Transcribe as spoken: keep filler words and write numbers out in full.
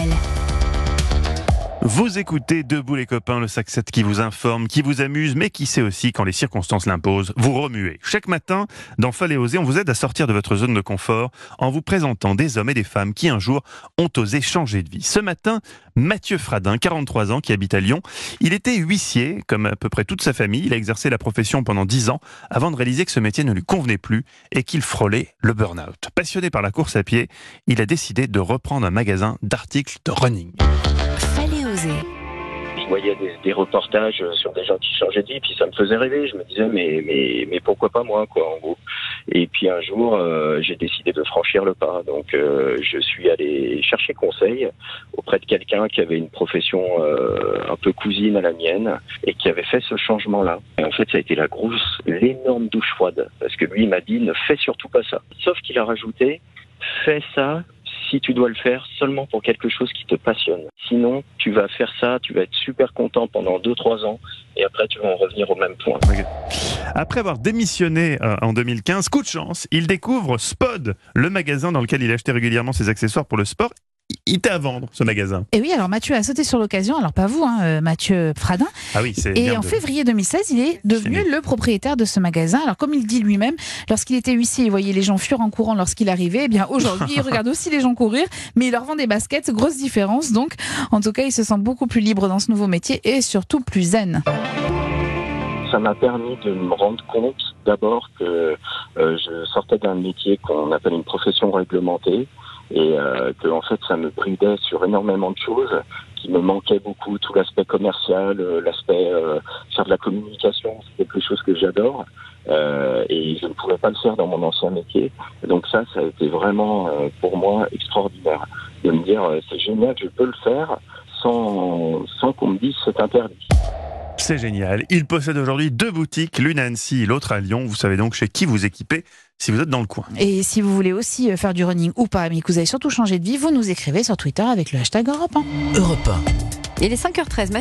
Michel. Vous écoutez Debout les copains, le sac sept qui vous informe, qui vous amuse, mais qui sait aussi, quand les circonstances l'imposent, vous remuer. Chaque matin, dans Fallait oser, on vous aide à sortir de votre zone de confort en vous présentant des hommes et des femmes qui un jour ont osé changer de vie. Ce matin, Mathieu Fradin, quarante-trois ans, qui habite à Lyon. Il était huissier, comme à peu près toute sa famille. Il a exercé la profession pendant dix ans avant de réaliser que ce métier ne lui convenait plus et qu'il frôlait le burn-out. Passionné par la course à pied, il a décidé de reprendre un magasin d'articles de running. Fallait oser. Je voyais des, des reportages sur des gens qui changeaient de vie, puis ça me faisait rêver. Je me disais, mais, mais, mais pourquoi pas moi, quoi, en gros. Et puis un jour, euh, j'ai décidé de franchir le pas. Donc, euh, je suis allé chercher conseil auprès de quelqu'un qui avait une profession euh, un peu cousine à la mienne et qui avait fait ce changement-là. Et en fait, ça a été la grosse, l'énorme douche froide. Parce que lui, il m'a dit, ne fais surtout pas ça. Sauf qu'il a rajouté, fais ça si tu dois le faire seulement pour quelque chose qui te passionne. Sinon, tu vas faire ça, tu vas être super content pendant deux trois ans et après tu vas en revenir au même point. Après avoir démissionné euh, en deux mille quinze, coup de chance, il découvre Spod, le magasin dans lequel il achetait régulièrement ses accessoires pour le sport. Il était à vendre, ce magasin. Et oui, alors Mathieu a sauté sur l'occasion, alors pas vous, hein, euh, Mathieu Fradin. Ah oui, c'est Et bien en de... février deux mille seize, il est devenu C'est le propriétaire de ce magasin. Alors comme il dit lui-même, lorsqu'il était huissier, il voyait les gens fuir en courant lorsqu'il arrivait. Eh bien aujourd'hui, il regarde aussi les gens courir, mais il leur vend des baskets, grosse différence. Donc, en tout cas, il se sent beaucoup plus libre dans ce nouveau métier et surtout plus zen. Ça m'a permis de me rendre compte d'abord que euh, je sortais d'un métier qu'on appelle une profession réglementée et euh, que en fait ça me bridait sur énormément de choses qui me manquaient beaucoup, tout l'aspect commercial, euh, l'aspect euh, faire de la communication, c'est quelque chose que j'adore euh, et je ne pouvais pas le faire dans mon ancien métier. Donc ça, ça a été vraiment euh, pour moi extraordinaire de me dire euh, c'est génial, je peux le faire sans, sans qu'on me dise c'est interdit. C'est génial. Il possède aujourd'hui deux boutiques, l'une à Annecy et l'autre à Lyon. Vous savez donc chez qui vous équipez si vous êtes dans le coin. Et si vous voulez aussi faire du running ou pas, mais que vous avez surtout changé de vie, vous nous écrivez sur Twitter avec le hashtag Europe un. Europe un. Il est cinq heures treize.